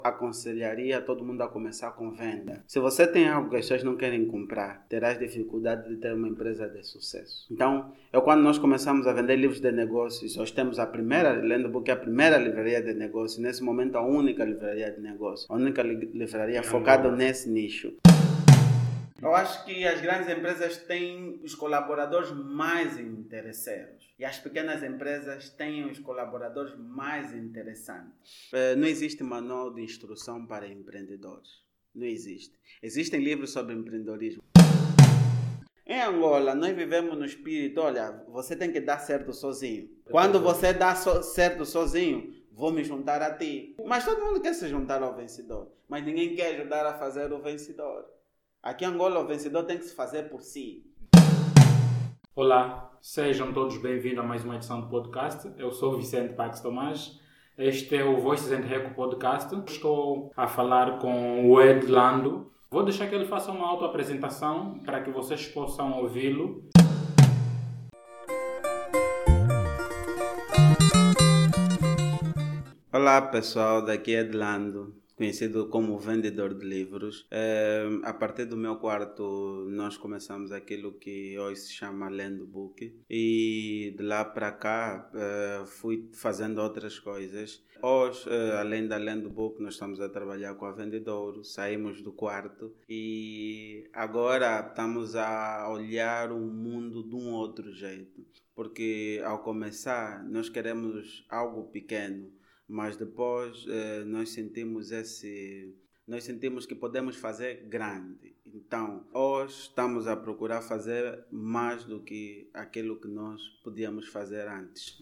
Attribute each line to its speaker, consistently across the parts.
Speaker 1: aconselharia todo mundo a começar com venda. Se você tem algo que as pessoas não querem comprar, terás dificuldade de ter uma empresa de sucesso. Então, quando nós começamos a vender livros de negócios, nós temos a primeira Lendbook, a primeira livraria de negócios, nesse momento a única livraria de negócios, a única livraria focada nesse nicho. Eu acho que as grandes empresas têm os colaboradores mais interesseiros e as pequenas empresas têm os colaboradores mais interessantes. Não existe manual de instrução para empreendedores. Não existe. Existem livros sobre empreendedorismo. Em Angola, nós vivemos no espírito, olha, você tem que dar certo sozinho. Quando você dá certo sozinho, vou me juntar a ti. Mas todo mundo quer se juntar ao vencedor, mas ninguém quer ajudar a fazer o vencedor. Aqui em Angola, o vencedor tem que se fazer por si.
Speaker 2: Olá, sejam todos bem-vindos a mais uma edição do podcast. Eu sou o Vicente Pax Tomás. Este é o Voices and Reco Podcast. Estou a falar com o Ed Lando. Vou deixar que ele faça uma autoapresentação para que vocês possam ouvi-lo.
Speaker 1: Olá pessoal, daqui é Ed Lando, conhecido como vendedor de livros. A partir do meu quarto nós começamos aquilo que hoje se chama Lendbook e de lá para cá fui fazendo outras coisas. Hoje, além da Lendbook, nós estamos a trabalhar com a Vendedouro, saímos do quarto e agora estamos a olhar o mundo de um outro jeito, porque ao começar nós queremos algo pequeno, mas depois nós sentimos que podemos fazer grande. Então, hoje estamos a procurar fazer mais do que aquilo que nós podíamos fazer antes.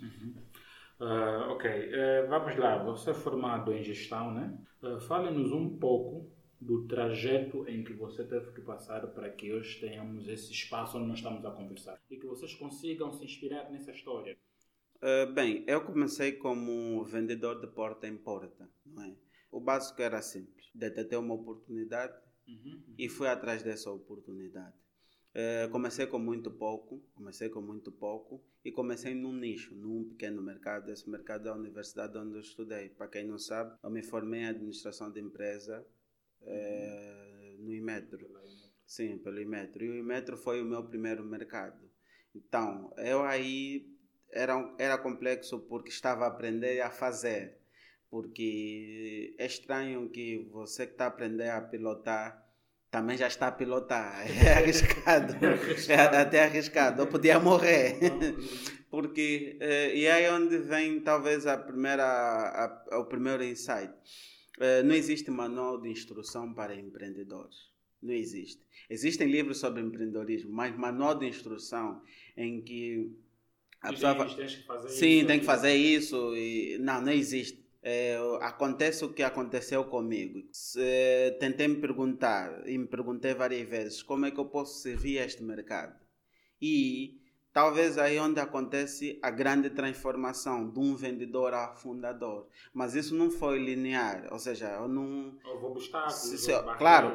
Speaker 2: Vamos lá. Você é formado em gestão, né? Fale-nos um pouco do trajeto em que você teve que passar para que hoje tenhamos esse espaço onde nós estamos a conversar e que vocês consigam se inspirar nessa história.
Speaker 1: Bem, eu comecei como vendedor de porta em porta, não é? O básico era simples, de ter uma oportunidade e fui atrás dessa oportunidade. Comecei com muito pouco e comecei num nicho, num pequeno mercado. Esse mercado é a universidade onde eu estudei. Para quem não sabe, eu me formei em administração de empresa no Imetro. Sim, pelo Imetro. E o Imetro foi o meu primeiro mercado. Então, eu aí... Era complexo porque estava a aprender a fazer, porque é estranho que você que está a aprender a pilotar também já está a pilotar, é arriscado, é até arriscado, eu podia morrer, porque e aí onde vem talvez o primeiro insight. Não existe manual de instrução para empreendedores, não existe. Existem livros sobre empreendedorismo, mas manual de instrução em que a pessoa tem que fazer isso e não existe. Acontece o que aconteceu comigo. Tentei me perguntei várias vezes como é que eu posso servir a este mercado, e talvez aí onde acontece a grande transformação de um vendedor a fundador. Mas isso não foi linear, ou seja, eu não...
Speaker 2: Houve obstáculos,
Speaker 1: claro,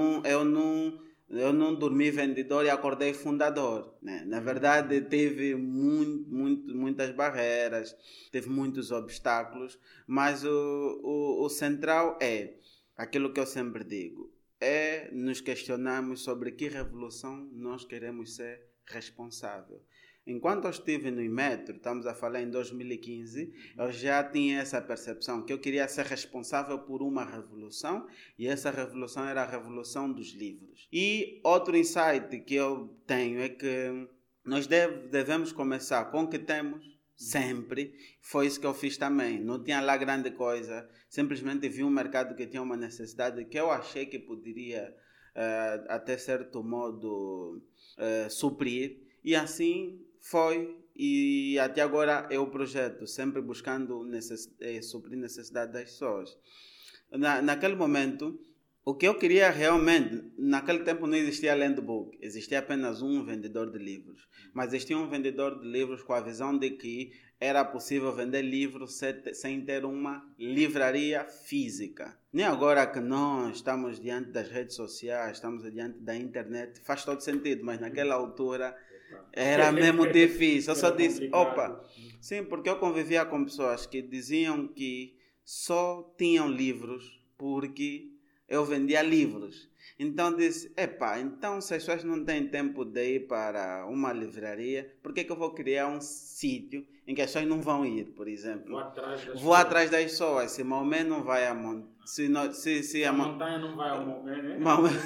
Speaker 1: eu não dormi vendedor e acordei fundador, né? Na verdade, teve muitas barreiras, teve muitos obstáculos, mas o central é aquilo que eu sempre digo, é nos questionarmos sobre que revolução nós queremos ser responsável. Enquanto eu estive no Imetro, estamos a falar em 2015, eu já tinha essa percepção que eu queria ser responsável por uma revolução, e essa revolução era a revolução dos livros. E outro insight que eu tenho é que nós devemos começar com o que temos, sempre. Foi isso que eu fiz também. Não tinha lá grande coisa, simplesmente vi um mercado que tinha uma necessidade que eu achei que poderia, até certo modo, suprir, e assim foi, e até agora é o projeto, sempre buscando suprir necessidade das pessoas. Naquele momento, o que eu queria realmente, naquele tempo não existia Lendbook, existia apenas um vendedor de livros, mas existia um vendedor de livros com a visão de que era possível vender livros sem ter uma livraria física. Nem agora que nós estamos diante das redes sociais, estamos diante da internet, faz todo sentido, mas naquela altura era mesmo difícil. Eu só disse, sim, porque eu convivia com pessoas que diziam que só tinham livros porque eu vendia livros. Então disse, então se as pessoas não têm tempo de ir para uma livraria, por que eu vou criar um sítio em que as pessoas não vão ir, por exemplo? Vou atrás das pessoas. Se Maomé não vai a montanha, se
Speaker 2: a montanha não vai ao Maomé, né?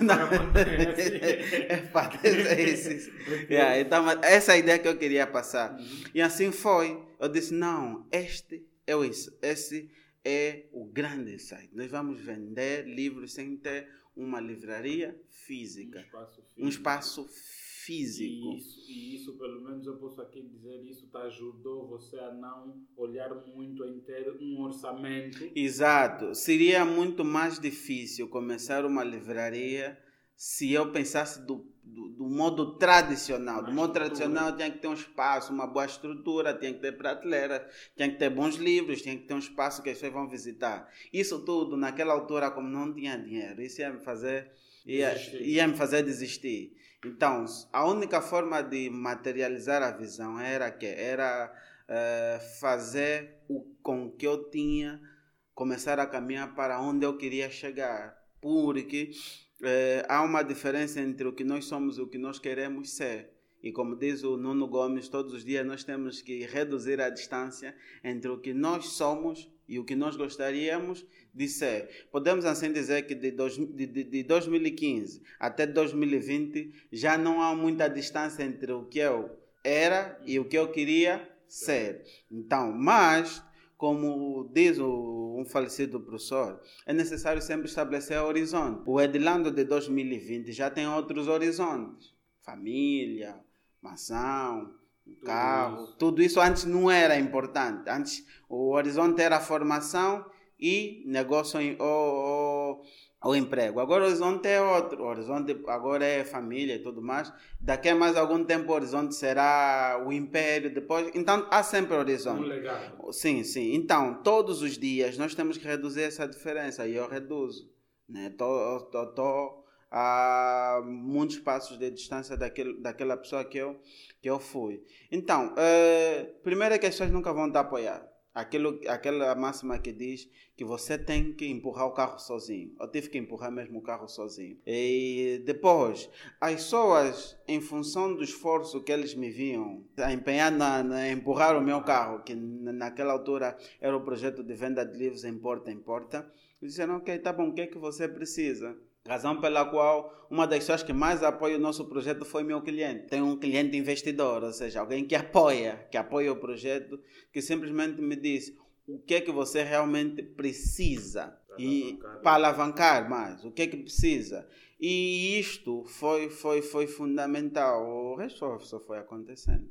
Speaker 1: Então, essa é a ideia que eu queria passar. E assim foi. Eu disse, não, esse é o grande insight. Nós vamos vender livros sem ter uma livraria física. Um espaço físico.
Speaker 2: E isso, pelo menos eu posso aqui dizer, isso ajudou você a não olhar muito em ter um orçamento.
Speaker 1: Exato. Seria muito mais difícil começar uma livraria se eu pensasse do modo tradicional. Do modo tradicional tinha que ter um espaço, uma boa estrutura, tinha que ter prateleira, tinha que ter bons livros, tinha que ter um espaço que as pessoas vão visitar. Isso tudo, naquela altura, como não tinha dinheiro, isso ia me fazer desistir. Então, a única forma de materializar a visão era fazer com que eu tinha, começar a caminhar para onde eu queria chegar. Porque há uma diferença entre o que nós somos e o que nós queremos ser. E como diz o Nuno Gomes, todos os dias nós temos que reduzir a distância entre o que nós somos e o que nós gostaríamos de ser. Podemos assim dizer que de 2015 até 2020 já não há muita distância entre o que eu era e o que eu queria ser. Então, mas, como diz um falecido professor, é necessário sempre estabelecer horizonte. O Edlando de 2020 já tem outros horizontes. Família, mansão, carro, tudo isso antes não era importante. Antes o horizonte era a formação e negócio ou emprego. Agora o horizonte é outro. O horizonte agora é família e tudo mais. Daqui a mais algum tempo o horizonte será o império. Depois, então há sempre horizonte.
Speaker 2: Um legado.
Speaker 1: Sim. Então todos os dias nós temos que reduzir essa diferença e eu reduzo. Estou a muitos passos de distância daquela pessoa que eu fui. Então, primeiro é que as pessoas nunca vão te apoiar. Aquela máxima que diz que você tem que empurrar o carro sozinho. Eu tive que empurrar mesmo o carro sozinho. E depois, as pessoas, em função do esforço que eles me viam a empenhar na empurrar o meu carro, que naquela altura era o projeto de venda de livros em porta em porta, disseram, ok, tá bom, o que é que você precisa? Razão pela qual uma das pessoas que mais apoia o nosso projeto foi meu cliente. Tem um cliente investidor, ou seja, alguém que apoia o projeto, que simplesmente me disse o que é que você realmente precisa para alavancar mais, o que é que precisa. E isto foi fundamental. O resto só foi acontecendo.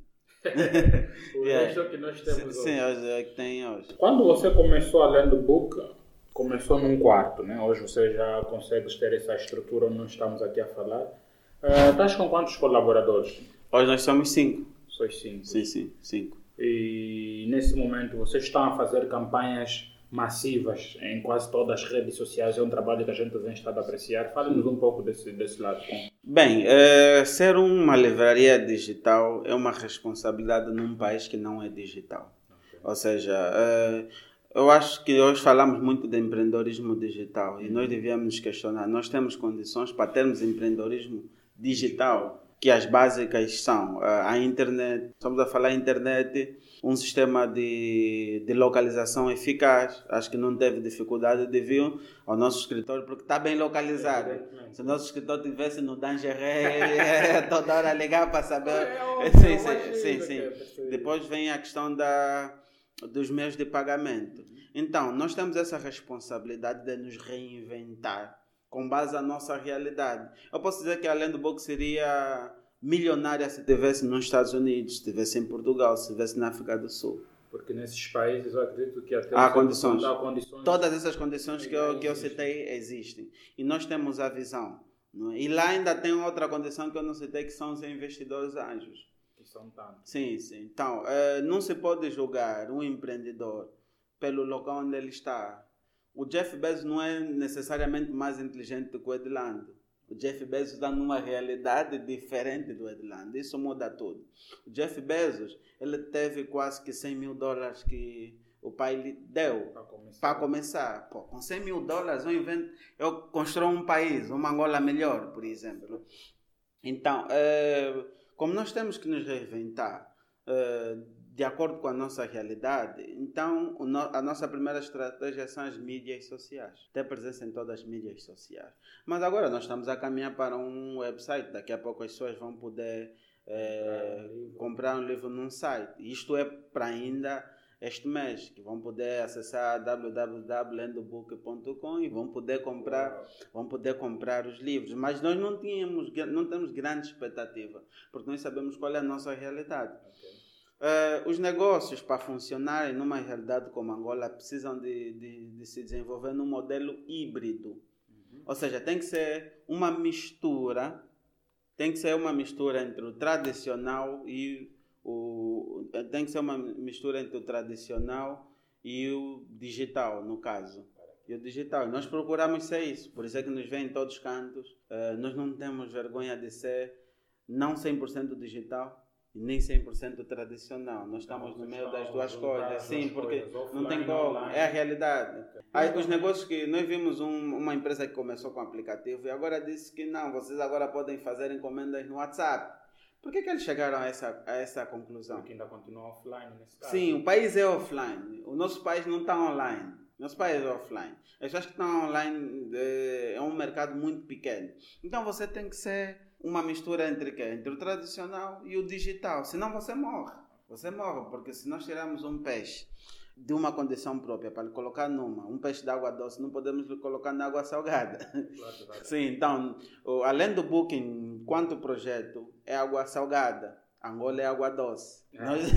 Speaker 2: O resto é o que nós temos hoje.
Speaker 1: Sim, hoje é que tem hoje.
Speaker 2: Quando você começou a ler o book, começou num quarto, né? Hoje você já consegue ter essa estrutura onde nós estamos aqui a falar. Estás com quantos colaboradores?
Speaker 1: Hoje nós somos 5.
Speaker 2: Sois 5?
Speaker 1: Sim, 5.
Speaker 2: E nesse momento vocês estão a fazer campanhas massivas em quase todas as redes sociais. É um trabalho que a gente tem estado a apreciar. Fale-nos um pouco desse lado.
Speaker 1: Bem, ser uma livraria digital é uma responsabilidade num país que não é digital. Okay. Ou seja, eu acho que hoje falamos muito de empreendedorismo digital e nós devíamos nos questionar. Nós temos condições para termos empreendedorismo digital, que as básicas são a internet, estamos a falar internet, um sistema de localização eficaz. Acho que não teve dificuldade de vir ao nosso escritório porque está bem localizado. Se o nosso escritório estivesse no Dangeré, toda hora ligar para saber. Sim. Depois vem a questão dos meios de pagamento. Então, nós temos essa responsabilidade de nos reinventar com base na nossa realidade. Eu posso dizer que a Lendo Book seria milionária se estivesse nos Estados Unidos, se estivesse em Portugal, se estivesse na África do Sul.
Speaker 2: Porque nesses países eu acredito que até
Speaker 1: há condições. Todas essas condições que eu citei existem. E nós temos a visão. Não é? E lá ainda tem outra condição que eu não citei, que são os investidores anjos.
Speaker 2: São tantos.
Speaker 1: Sim. Então, não se pode julgar um empreendedor pelo local onde ele está. O Jeff Bezos não é necessariamente mais inteligente do que o Edlando. O Jeff Bezos está numa realidade diferente do Edlando. Isso muda tudo. O Jeff Bezos, ele teve quase que $100 mil que o pai lhe deu para começar. Pô, com $100 mil eu construo um país, uma Angola melhor, por exemplo. Então, como nós temos que nos reinventar de acordo com a nossa realidade, então a nossa primeira estratégia são as mídias sociais. Ter presença em todas as mídias sociais. Mas agora nós estamos a caminhar para um website. Daqui a pouco as pessoas vão poder comprar um livro num site. Isto é para ainda este mês, que vão poder acessar www.lendobook.com e vão poder comprar os livros. Mas nós não temos grande expectativa, porque nós sabemos qual é a nossa realidade. Os negócios, para funcionarem numa realidade como Angola, precisam de se desenvolver num modelo híbrido. Ou seja, tem que ser uma mistura entre o tradicional e o digital, no caso. E o digital, nós procuramos ser isso, por isso é que nos vê em todos os cantos. Nós não temos vergonha de ser não 100% digital e nem 100% tradicional. Nós estamos no meio das duas coisas. Sim, porque não tem como, é a realidade. Os negócios que nós vimos, uma empresa que começou com aplicativo e agora disse que não, vocês agora podem fazer encomendas no WhatsApp. Por que eles chegaram a essa conclusão?
Speaker 2: Porque ainda continua offline nesse caso.
Speaker 1: Sim, o país é offline. O nosso país não está online. Nosso país é offline. As pessoas que estão online é um mercado muito pequeno. Então você tem que ser uma mistura entre o quê? Entre o tradicional e o digital. Senão você morre. Você morre, porque se nós tirarmos um peixe de uma condição própria para lhe colocar um peixe de água doce, não podemos lhe colocar na água salgada. Claro. Sim, então, além do Booking, enquanto projeto, é água salgada. Angola é água doce.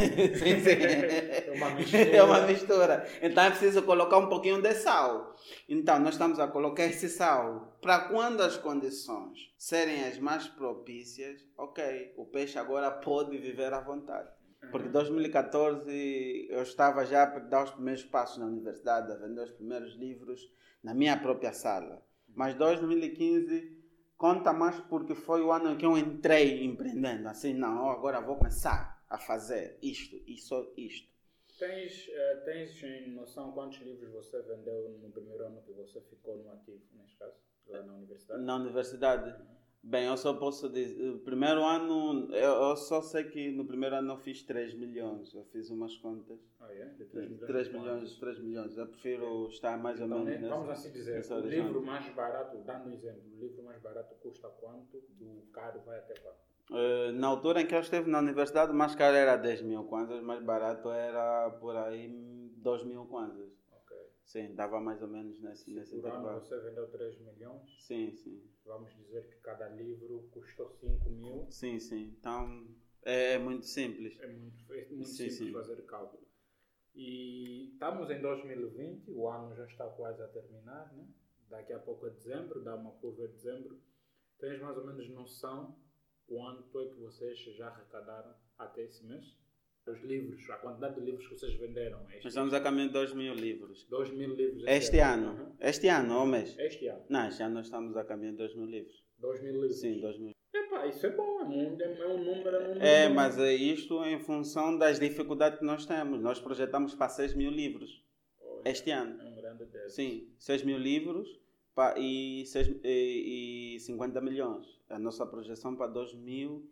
Speaker 1: Sim. É uma mistura. Então é preciso colocar um pouquinho de sal. Então nós estamos a colocar esse sal para quando as condições serem as mais propícias, ok, o peixe agora pode viver à vontade. Porque em 2014 eu estava já a dar os primeiros passos na universidade, a vender os primeiros livros na minha própria sala. Mas 2015 conta mais porque foi o ano em que eu entrei empreendendo. Assim, não, agora vou começar a fazer isto e só isto.
Speaker 2: Tens noção quantos livros você vendeu no primeiro ano que você ficou no ativo, neste caso, lá na universidade?
Speaker 1: Na universidade? Bem, eu só posso dizer, o primeiro ano, eu só sei que no primeiro ano eu fiz 3 milhões, eu fiz umas contas.
Speaker 2: De
Speaker 1: 3 milhões, eu prefiro estar mais ou menos nessa.
Speaker 2: Vamos assim dizer, o livro mais barato, dando um exemplo, o livro mais barato custa quanto, do caro vai até quanto?
Speaker 1: Na altura em que eu estive na universidade, o mais caro era 10 mil kwanzas, o mais barato era por aí 2 mil kwanzas. Sim, dava mais ou menos nesse intervalo.
Speaker 2: Por ano você vendeu 3 milhões?
Speaker 1: Sim.
Speaker 2: Vamos dizer que cada livro custou 5 mil?
Speaker 1: Sim. Então, é muito simples.
Speaker 2: É muito simples fazer cálculo. E estamos em 2020, o ano já está quase a terminar, né? Daqui a pouco é dezembro, dá uma curva de dezembro. Tens mais ou menos noção quanto é que vocês já arrecadaram até esse mês? Os livros, a quantidade de livros que vocês venderam.
Speaker 1: Nós estamos a caminho de 2 mil livros.
Speaker 2: 2 mil livros
Speaker 1: este ano? Uhum. Este ano ou mês?
Speaker 2: Este ano.
Speaker 1: Não, este ano nós estamos a caminho de 2 mil livros.
Speaker 2: 2 mil livros?
Speaker 1: Sim, 2 mil.
Speaker 2: Epá, isso é bom, é um número.
Speaker 1: Mas é isto em função das dificuldades que nós temos. Nós projetamos para 6 mil livros este ano.
Speaker 2: É um grande teste.
Speaker 1: Sim, 6 mil livros e 50 milhões. A nossa projeção para 2020.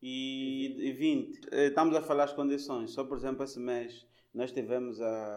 Speaker 1: Estamos a falar as condições. Só, por exemplo, esse mês nós tivemos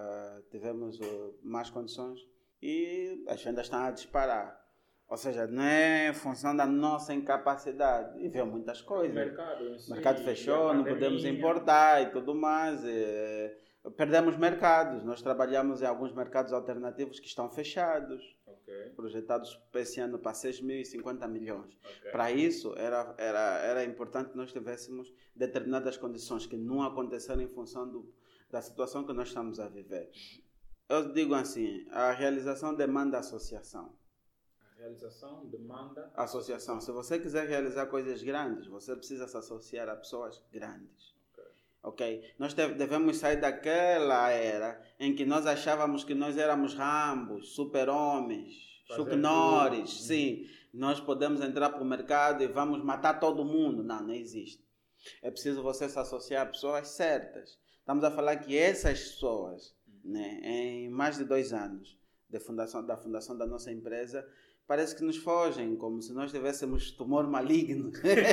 Speaker 1: mais condições e as vendas estão a disparar. Ou seja, não é em função da nossa incapacidade. E veio muitas coisas.
Speaker 2: O
Speaker 1: mercado fechou, não podemos importar e tudo mais. Perdemos mercados. Nós trabalhamos em alguns mercados alternativos que estão fechados. Projetados para esse ano para 6 mil e 50 milhões. Para isso, era importante que nós tivéssemos determinadas condições que não aconteceram em função da situação que nós estamos a viver. Eu digo assim, a realização demanda associação.
Speaker 2: Realização demanda
Speaker 1: associação. Se você quiser realizar coisas grandes, você precisa se associar a pessoas grandes. Ok? Nós devemos sair daquela era em que nós achávamos que nós éramos Rambos, super-homens, Chuck Norris. Sim, nós podemos entrar para o mercado e vamos matar todo mundo. Não existe. É preciso você se associar a pessoas certas. Estamos a falar que essas pessoas né, em mais de 2 anos da fundação da nossa empresa, parece que nos fogem, como se nós tivéssemos tumor maligno.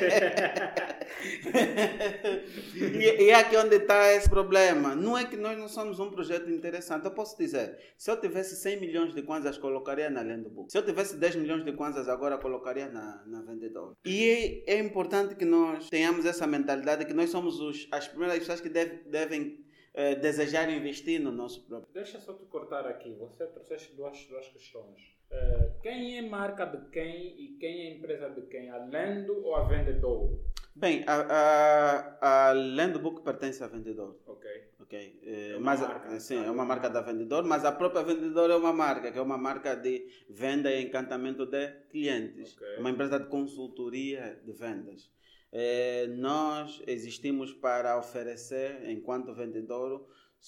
Speaker 1: e é aqui onde está esse problema. Não é que nós não somos um projeto interessante. Eu posso dizer, se eu tivesse 100 milhões de kwanzas, colocaria na Lendbook. Se eu tivesse 10 milhões de kwanzas, agora colocaria na Vendedor. E é importante que nós tenhamos essa mentalidade, que nós somos as primeiras pessoas que devem desejar investir no nosso próprio.
Speaker 2: Deixa só te cortar aqui. Você trouxeste duas questões. Quem é marca de quem e quem é empresa de quem? A Lendo ou a Vendedor?
Speaker 1: Bem, a Lendbook pertence à Vendedor.
Speaker 2: Ok.
Speaker 1: Mas sim, é uma marca da Vendedor, mas a própria Vendedor é uma marca, que é uma marca de venda e encantamento de clientes.
Speaker 2: Okay.
Speaker 1: Uma empresa de consultoria de vendas. Nós existimos para oferecer, enquanto Vendedor,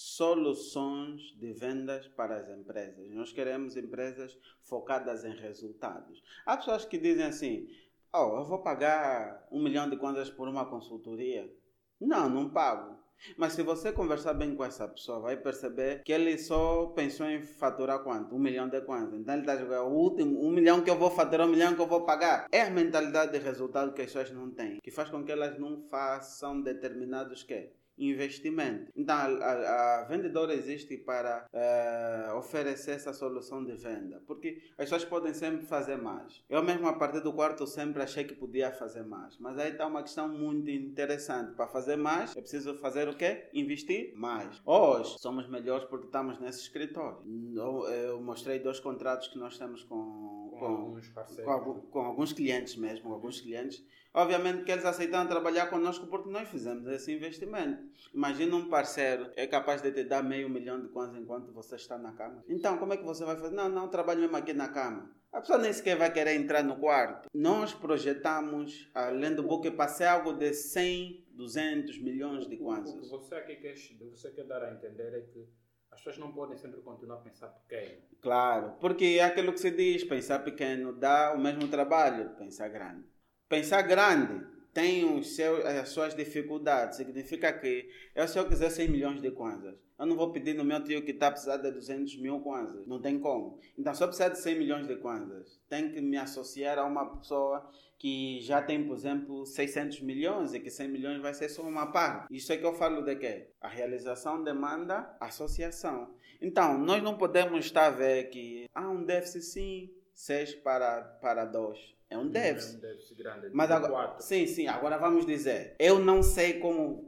Speaker 1: soluções de vendas para as empresas. Nós queremos empresas focadas em resultados. Há pessoas que dizem assim, eu vou pagar 1 milhão de kwanzas por uma consultoria. Não pago. Mas se você conversar bem com essa pessoa, vai perceber que ele só pensou em faturar quanto? 1 milhão de kwanzas. Então ele está jogando o último 1 milhão que eu vou faturar, 1 milhão que eu vou pagar. É a mentalidade de resultado que as pessoas não têm, que faz com que elas não façam determinados investimento. Então a Vendedora existe para oferecer essa solução de venda, porque as pessoas podem sempre fazer mais. Eu mesmo, a partir do quarto, sempre achei que podia fazer mais, mas aí está uma questão muito interessante. Para fazer mais, é preciso fazer o quê? Investir mais. Hoje somos melhores porque estamos nesse escritório. Eu mostrei 2 contratos que nós temos com
Speaker 2: alguns parceiros,
Speaker 1: com alguns clientes mesmo, com alguns clientes. Obviamente que eles aceitaram trabalhar conosco porque nós fizemos esse investimento. Imagina um parceiro é capaz de te dar $500 mil de kwanzas enquanto você está na cama. Então, como é que você vai fazer? Não, trabalho mesmo aqui na cama. A pessoa nem sequer vai querer entrar no quarto. Nós projetamos a Lendbook para ser algo de 100, 200 milhões de kwanzas.
Speaker 2: O que você quer dar a entender é que as pessoas não podem sempre continuar a pensar pequeno.
Speaker 1: Claro, porque é aquilo que se diz, pensar pequeno dá o mesmo trabalho de pensar grande. Pensar grande tem as suas dificuldades. Significa que se eu quiser 100 milhões de kwanzas, eu não vou pedir no meu tio que está precisando de 200 mil kwanzas. Não tem como. Então, se eu precisar de 100 milhões de kwanzas, tenho que me associar a uma pessoa que já tem, por exemplo, 600 milhões e que 100 milhões vai ser só uma parte. Isso é que eu falo de quê? A realização demanda associação. Então, nós não podemos estar a ver que há um déficit sim, 6 para 2. É um déficit.
Speaker 2: É um déficit grande.
Speaker 1: Mas agora, sim. Agora vamos dizer, eu não sei como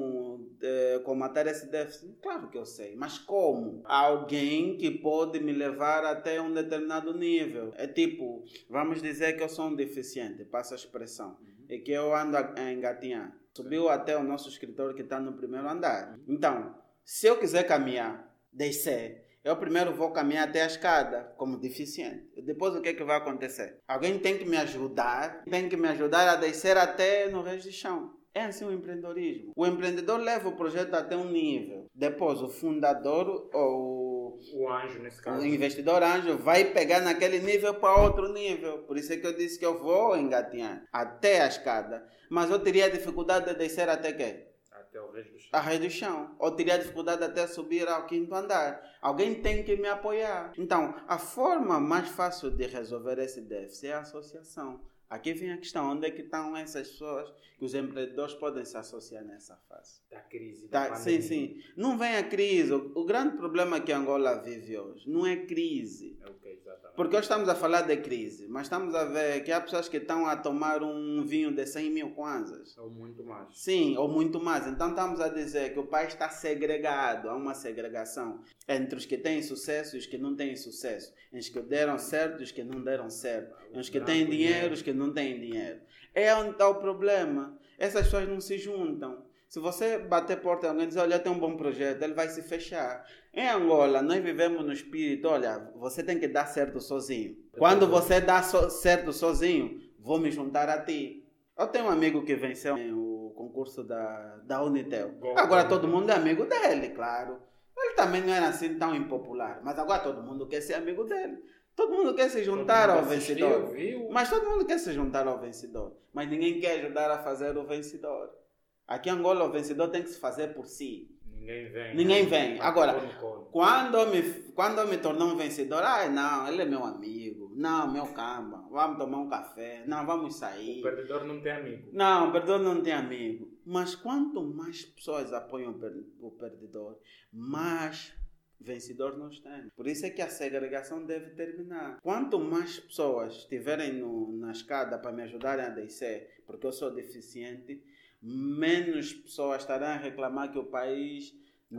Speaker 1: combater esse déficit. Claro que eu sei, mas como? Alguém que pode me levar até um determinado nível. É tipo, vamos dizer que eu sou um deficiente, passa a expressão, e que eu ando a engatinhar. Subiu até o nosso escritório que está no 1º andar. Então, se eu quiser caminhar, descer, eu primeiro vou caminhar até a escada como deficiente. Depois o que é que vai acontecer? Alguém tem que me ajudar a descer até no resto do chão. É assim o empreendedorismo. O empreendedor leva o projeto até um nível. Depois o fundador ou
Speaker 2: o anjo, nesse caso,
Speaker 1: o investidor anjo vai pegar naquele nível para outro nível. Por isso é que eu disse que eu vou engatinhar até a escada. Mas eu teria dificuldade de descer até quê?
Speaker 2: Até o resto do chão.
Speaker 1: A resto do chão. Ou teria dificuldade até subir ao 5º andar. Alguém tem que me apoiar. Então, a forma mais fácil de resolver esse déficit é a associação. Aqui vem a questão, onde é que estão essas pessoas que os empreendedores podem se associar nessa fase?
Speaker 2: Da crise, da
Speaker 1: pandemia. Sim. Não vem a crise. O grande problema que Angola vive hoje não é crise.
Speaker 2: Okay, exatamente.
Speaker 1: Porque hoje estamos a falar de crise, mas estamos a ver que há pessoas que estão a tomar um vinho de 100 mil kwanzas.
Speaker 2: Ou muito mais.
Speaker 1: Sim, ou muito mais. Então estamos a dizer que o país está segregado. Há uma segregação entre os que têm sucesso e os que não têm sucesso. Entre os que deram certo e os que não deram certo. Entre os que têm dinheiro e os que não têm dinheiro. É onde está o problema. Essas pessoas não se juntam. Se você bater porta e alguém dizer, olha, tem um bom projeto, ele vai se fechar. Em Angola, nós vivemos no espírito, olha, você tem que dar certo sozinho. Quando você dá certo sozinho, vou me juntar a ti. Eu tenho um amigo que venceu o concurso da Unitel. Agora todo mundo é amigo dele, claro. Ele também não era assim tão impopular, mas agora todo mundo quer ser amigo dele. Todo mundo quer se juntar ao vencedor. Mas todo mundo quer se juntar ao vencedor. Mas ninguém quer ajudar a fazer o vencedor. Aqui em Angola o vencedor tem que se fazer por si. Ninguém vem. Agora, quando eu me torno um vencedor, não, ele é meu amigo, não, meu camba, vamos tomar um café, não, vamos sair.
Speaker 2: O perdedor não tem amigo.
Speaker 1: Não, o perdedor não tem amigo. Mas quanto mais pessoas apoiam o perdedor, mais vencedor nós temos. Por isso é que a segregação deve terminar. Quanto mais pessoas estiverem na escada para me ajudarem a descer, porque eu sou deficiente, menos pessoas estarão a reclamar que o país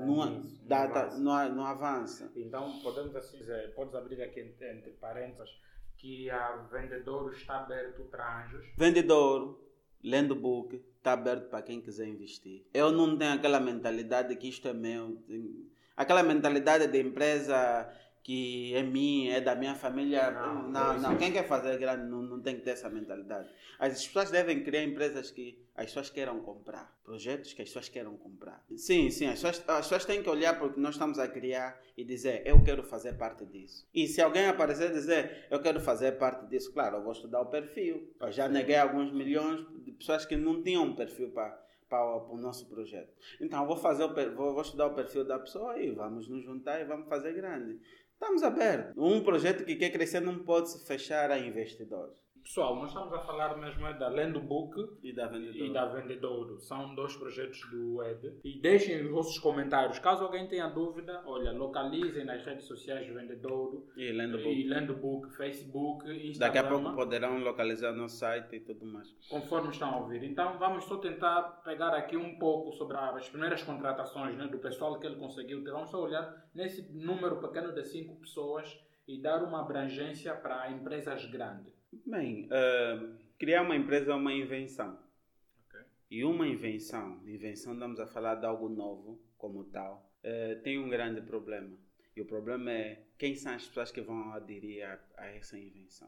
Speaker 1: não avança.
Speaker 2: Então, podemos assim dizer, podes abrir aqui entre parênteses, que a Vendedouro está aberto para anjos.
Speaker 1: Vendedouro, lendo book, está aberto para quem quiser investir. Eu não tenho aquela mentalidade que isto é meu. Aquela mentalidade de empresa que é minha, é da minha família. Não. Quem quer fazer grande não tem que ter essa mentalidade. As pessoas devem criar empresas que as pessoas queiram comprar. Projetos que as pessoas queiram comprar. Sim, as pessoas têm que olhar para o que nós estamos a criar e dizer, eu quero fazer parte disso. E se alguém aparecer e dizer, eu quero fazer parte disso, claro, eu vou estudar o perfil. Eu já neguei alguns milhões de pessoas que não tinham um perfil para o nosso projeto. Então, vou estudar o perfil da pessoa e vamos nos juntar e vamos fazer grande. Estamos abertos. Um projeto que quer crescer não pode se fechar a investidores.
Speaker 2: Pessoal, nós estamos a falar mesmo da Lendo Book
Speaker 1: e da
Speaker 2: Vendedouro. São dois projetos do ED. E deixem os vossos comentários. Caso alguém tenha dúvida, olha, localizem nas redes sociais Vendedouro
Speaker 1: e Lendo
Speaker 2: Book, Facebook, Instagram.
Speaker 1: Daqui a pouco poderão localizar no site e tudo mais.
Speaker 2: Conforme estão a ouvir. Então vamos só tentar pegar aqui um pouco sobre as primeiras contratações, né, do pessoal que ele conseguiu ter. Vamos só olhar nesse número pequeno de 5 pessoas e dar uma abrangência para empresas grandes.
Speaker 1: Bem, criar uma empresa é uma invenção.
Speaker 2: Okay.
Speaker 1: E uma invenção, estamos a falar de algo novo como tal, tem um grande problema. E o problema é quem são as pessoas que vão aderir a essa invenção.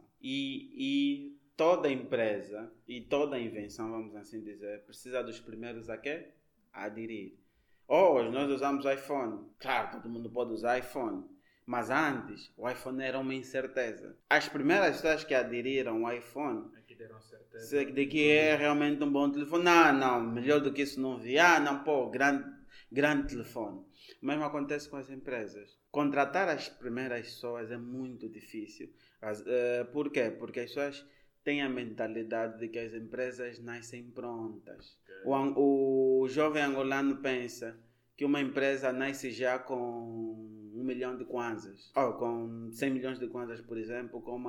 Speaker 1: E toda empresa e toda invenção, vamos assim dizer, precisa dos primeiros a quê? A aderir. Hoje nós usamos iPhone. Claro, todo mundo pode usar iPhone. Mas antes, o iPhone era uma incerteza. As primeiras pessoas que aderiram ao iPhone,
Speaker 2: que deram certeza
Speaker 1: de que é realmente um bom telefone. Não, melhor do que isso não vi. Grande telefone. O mesmo acontece com as empresas. Contratar as primeiras pessoas é muito difícil. Por quê? Porque as pessoas têm a mentalidade de que as empresas nascem prontas. Okay. O jovem angolano pensa que uma empresa nasce já com 1 milhão de kwanzas, ou com 100 milhões de kwanzas, por exemplo, com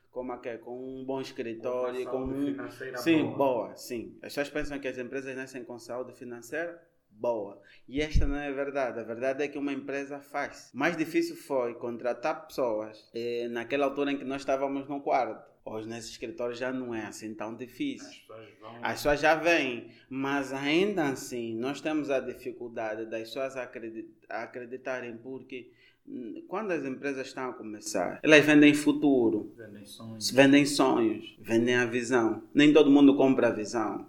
Speaker 1: um bom escritório,
Speaker 2: com saúde financeira
Speaker 1: boa. Sim. As pessoas pensam que as empresas nascem com saúde financeira boa. E esta não é a verdade. A verdade é que uma empresa faz. Mais difícil foi contratar pessoas naquela altura em que nós estávamos no quarto. Hoje nesse escritório já não é assim tão difícil. As pessoas já vêm, mas ainda assim nós temos a dificuldade das pessoas acreditarem, porque quando as empresas estão a começar, elas vendem futuro, vendem sonhos, vendem a visão. Nem todo mundo compra a visão.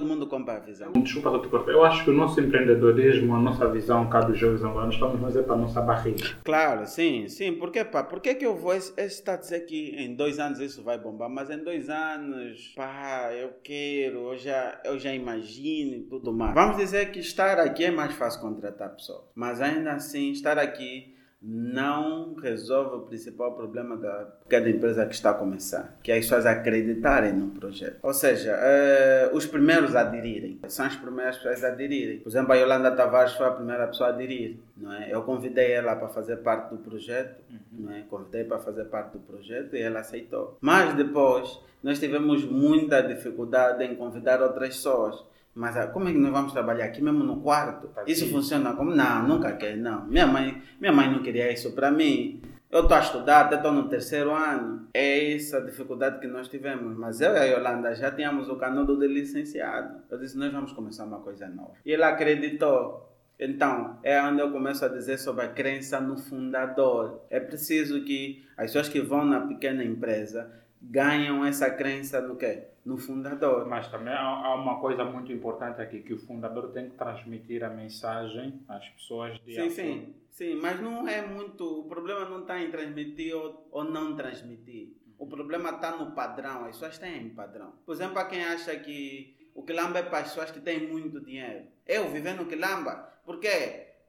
Speaker 2: Desculpa que eu te cortei. Eu acho que o nosso empreendedorismo, a nossa visão cá dos jovens angolanos, estamos a fazer para a nossa barriga.
Speaker 1: Claro, sim. Por que eu vou está a dizer que em 2 anos isso vai bombar, mas em 2 anos, eu quero, eu já imagino e tudo mais. Vamos dizer que estar aqui é mais fácil contratar pessoas, mas ainda assim estar aqui não resolve o principal problema da pequena empresa que está a começar, que é as pessoas acreditarem no projeto. Ou seja, os primeiros a aderirem. São as primeiras pessoas a aderirem. Por exemplo, a Yolanda Tavares foi a primeira pessoa a aderir. Não é? Eu convidei ela para fazer parte do projeto. Não é? Convidei para fazer parte do projeto e ela aceitou. Mas depois, nós tivemos muita dificuldade em convidar outras pessoas. Mas como é que nós vamos trabalhar aqui mesmo no quarto? Isso funciona como? Não, nunca quer, não. Minha mãe não queria isso para mim. Eu estou a estudar, até estou no 3º ano. É essa dificuldade que nós tivemos. Mas eu e a Yolanda já tínhamos o canudo de licenciado. Eu disse, nós vamos começar uma coisa nova. E ela acreditou. Então, é onde eu começo a dizer sobre a crença no fundador. É preciso que as pessoas que vão na pequena empresa ganham essa crença no quê? No fundador.
Speaker 2: Mas também há uma coisa muito importante aqui, que o fundador tem que transmitir a mensagem às pessoas de
Speaker 1: Sim, mas não é muito... O problema não está em transmitir ou não transmitir. O problema está no padrão. As pessoas têm padrão. Por exemplo, para quem acha que o quilamba é para as pessoas que têm muito dinheiro. Eu viver no quilamba, por quê?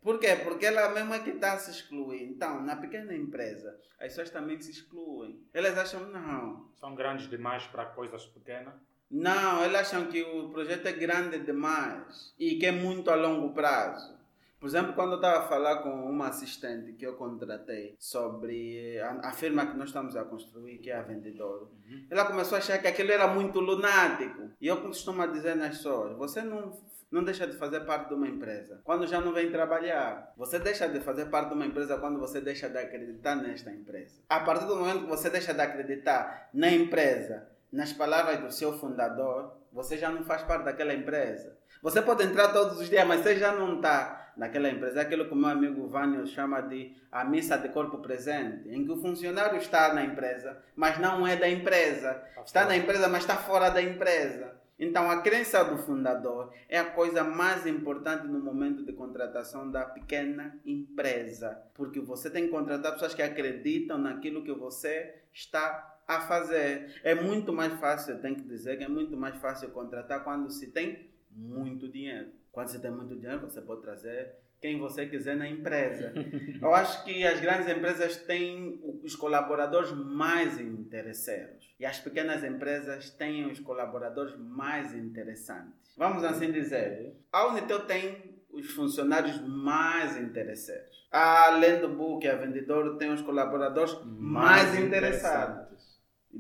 Speaker 1: Por quê? Porque ela mesmo é que está a se excluir. Então, na pequena empresa, as pessoas também se excluem. Elas acham, não.
Speaker 2: São grandes demais para coisas pequenas?
Speaker 1: Não, elas acham que o projeto é grande demais e que é muito a longo prazo. Por exemplo, quando eu estava a falar com uma assistente que eu contratei sobre a firma que nós estamos a construir, que é a Vendedor, ela começou a achar que aquilo era muito lunático. E eu costumo dizer nas pessoas, você não deixa de fazer parte de uma empresa quando já não vem trabalhar. Você deixa de fazer parte de uma empresa quando você deixa de acreditar nesta empresa. A partir do momento que você deixa de acreditar na empresa, nas palavras do seu fundador, você já não faz parte daquela empresa. Você pode entrar todos os dias, mas você já não está naquela empresa. É aquilo que o meu amigo Vânio chama de a missa de corpo presente, em que o funcionário está na empresa, mas não é da empresa. Está na empresa, mas está fora da empresa. Então, a crença do fundador é a coisa mais importante no momento de contratação da pequena empresa. Porque você tem que contratar pessoas que acreditam naquilo que você está a fazer. É muito mais fácil, eu tenho que dizer que é muito mais fácil contratar quando se tem muito dinheiro. Quando se tem muito dinheiro, você pode trazer quem você quiser na empresa. Eu acho que as grandes empresas têm os colaboradores mais interesseiros. E as pequenas empresas têm os colaboradores mais interessantes. Vamos assim dizer. A Unitel tem os funcionários mais interesseiros. A Lendbook, a Vendedor, tem os colaboradores mais interessados.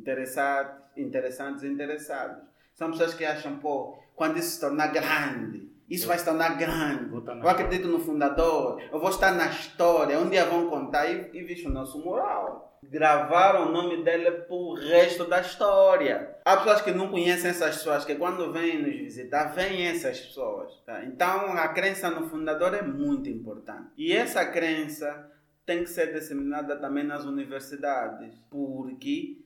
Speaker 1: Interessados. São pessoas que acham, quando isso se tornar grande, isso vai se tornar grande. Eu acredito no fundador, eu vou estar na história, um dia vão contar e visto o nosso moral. Gravaram o nome dele pro resto da história. Há pessoas que não conhecem essas pessoas, que quando vêm nos visitar, vêm essas pessoas. Tá? Então, a crença no fundador é muito importante. E essa crença tem que ser disseminada também nas universidades, porque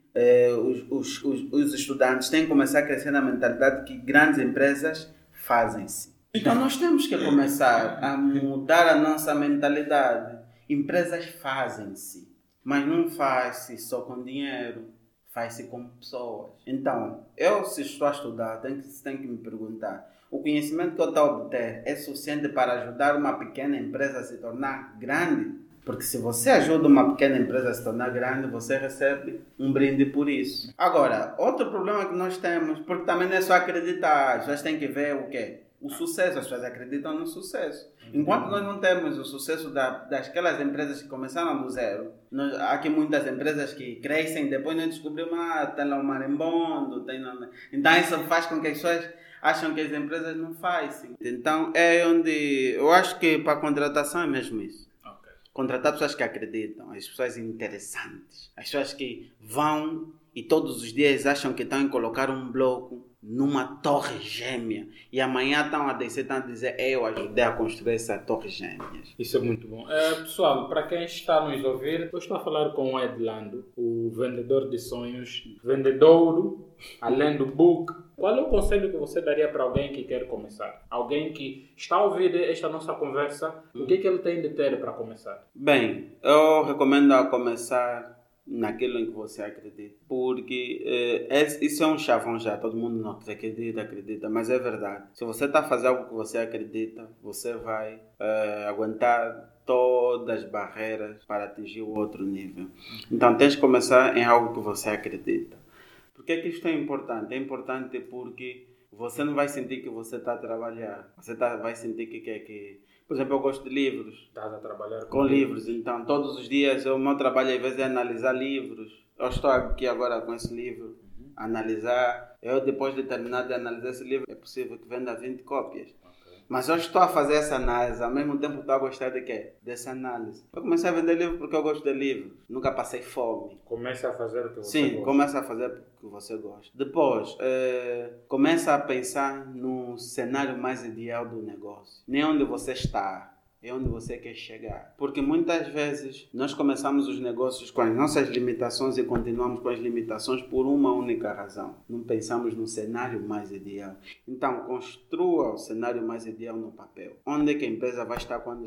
Speaker 1: os estudantes têm que começar a crescer na mentalidade que grandes empresas fazem-se. Então nós temos que começar a mudar a nossa mentalidade. Empresas fazem-se, mas não faz-se só com dinheiro, faz-se com pessoas. Então, se estou a estudar, tenho que me perguntar, o conhecimento que eu estou a obter é suficiente para ajudar uma pequena empresa a se tornar grande? Porque se você ajuda uma pequena empresa a se tornar grande, você recebe um brinde por isso. Agora, outro problema que nós temos, porque também não é só acreditar, as pessoas têm que ver o quê? O sucesso, as pessoas acreditam no sucesso. Enquanto nós não temos o sucesso daquelas empresas que começaram do zero, há aqui muitas empresas que crescem, depois nós descobrimos, tem lá um marimbondo, então isso faz com que as pessoas acham que as empresas não fazem. Então é onde eu acho que para a contratação é mesmo isso. Contratar pessoas que acreditam, as pessoas interessantes, as pessoas que vão e todos os dias acham que estão a colocar um bloco numa torre gêmea e amanhã estão a descer, estão a dizer eu ajudei a construir essa torre gêmea.
Speaker 2: Isso é muito bom. Pessoal, para quem está a nos ouvir, eu estou a falar com o Ed Lando, o vendedor de sonhos, vendedouro, além do book. Qual é o conselho que você daria para alguém que quer começar? Alguém que está a ouvir esta nossa conversa, o que ele tem de ter para começar?
Speaker 1: Bem, eu recomendo a começar naquilo em que você acredita, porque isso é um chavão já, todo mundo não acredita, mas é verdade. Se você está a fazer algo que você acredita, você vai aguentar todas as barreiras para atingir o outro nível. Então tens que começar em algo que você acredita. Por que isto é importante? É importante porque você não vai sentir que você está a trabalhar, você vai sentir que por exemplo, eu gosto de livros.
Speaker 2: Estás a trabalhar
Speaker 1: com livros. Então, todos os dias, o meu trabalho às vezes é analisar livros. Eu estou aqui agora com esse livro, analisar. Eu, depois de terminar de analisar esse livro, é possível que venda 20 cópias. Mas eu estou a fazer essa análise, ao mesmo tempo estou a gostar de quê? Dessa análise. Eu comecei a vender livro porque eu gosto de livros. Nunca passei fome.
Speaker 2: Começa a fazer o que você
Speaker 1: gosta.
Speaker 2: Sim,
Speaker 1: começa a fazer o que você gosta. Depois, começa a pensar no cenário mais ideal do negócio. Nem onde você está, é onde você quer chegar. Porque muitas vezes nós começamos os negócios com as nossas limitações e continuamos com as limitações por uma única razão. Não pensamos no cenário mais ideal. Então, construa o cenário mais ideal no papel. Onde é que a empresa vai estar quando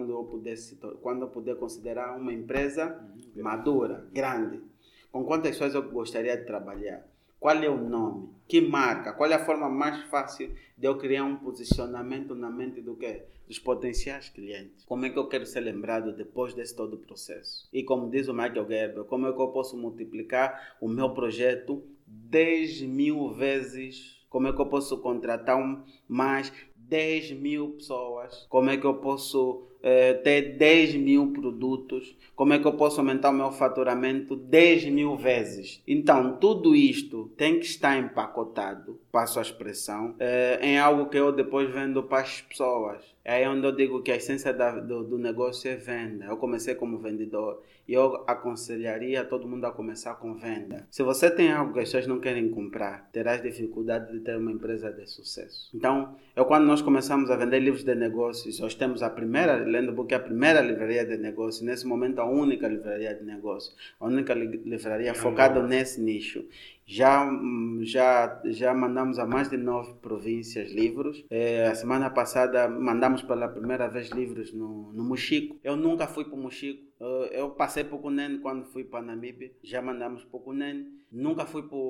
Speaker 1: eu puder considerar uma empresa madura, grande? Com quantas pessoas eu gostaria de trabalhar? Qual é o nome? Que marca? Qual é a forma mais fácil de eu criar um posicionamento na mente do quê? Dos potenciais clientes. Como é que eu quero ser lembrado depois desse todo o processo? E como diz o Michael Gerber, como é que eu posso multiplicar o meu projeto 10.000 vezes? Como é que eu posso contratar mais 10.000 pessoas? Como é que eu posso ter 10.000 produtos? Como é que eu posso aumentar o meu faturamento 10.000 vezes? Então, tudo isto tem que estar empacotado, passo a expressão, em algo que eu depois vendo para as pessoas. É aí onde eu digo que a essência do negócio é venda. Eu comecei como vendedor e eu aconselharia todo mundo a começar com venda. Se você tem algo que as pessoas não querem comprar, terás dificuldade de ter uma empresa de sucesso. Então, quando nós começamos a vender livros de negócios, nós temos a primeira Lendbook, a primeira livraria de negócios, nesse momento a única livraria de negócios, a única livraria focada nesse nicho. Já mandamos a mais de 9 províncias livros. A semana passada mandamos pela primeira vez livros no Mochico. Eu nunca fui para o Mochico. Eu passei por Cunene quando fui para Namíbia. Já mandamos para Cunene. Nunca fui para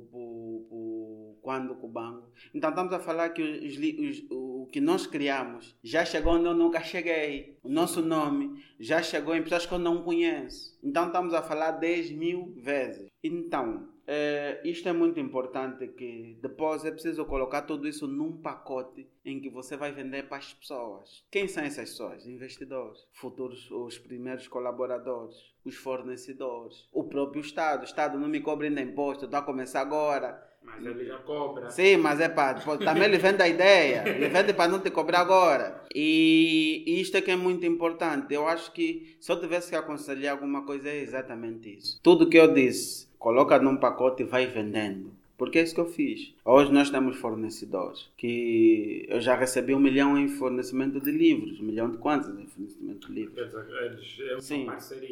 Speaker 1: quando Cubango. Então estamos a falar que o que nós criamos já chegou onde eu nunca cheguei. O nosso nome já chegou em pessoas que eu não conheço. Então estamos a falar 10.000 vezes. Então, isto é muito importante, que depois é preciso colocar tudo isso num pacote em que você vai vender para as pessoas. Quem são essas pessoas? Investidores, futuros, os primeiros colaboradores, os fornecedores, o próprio Estado. O Estado não me cobra ainda imposto, estou a começar agora.
Speaker 2: Mas ele já cobra.
Speaker 1: Sim, mas também ele vende a ideia, ele vende para não te cobrar agora. E isto é que é muito importante. Eu acho que se eu tivesse que aconselhar alguma coisa é exatamente isso. Tudo que eu disse, coloca num pacote e vai vendendo. Porque é isso que eu fiz. Hoje nós temos fornecedores que eu já recebi 1 milhão em fornecimento de livros. 1 milhão de quantos em fornecimento de livros?
Speaker 2: Sim,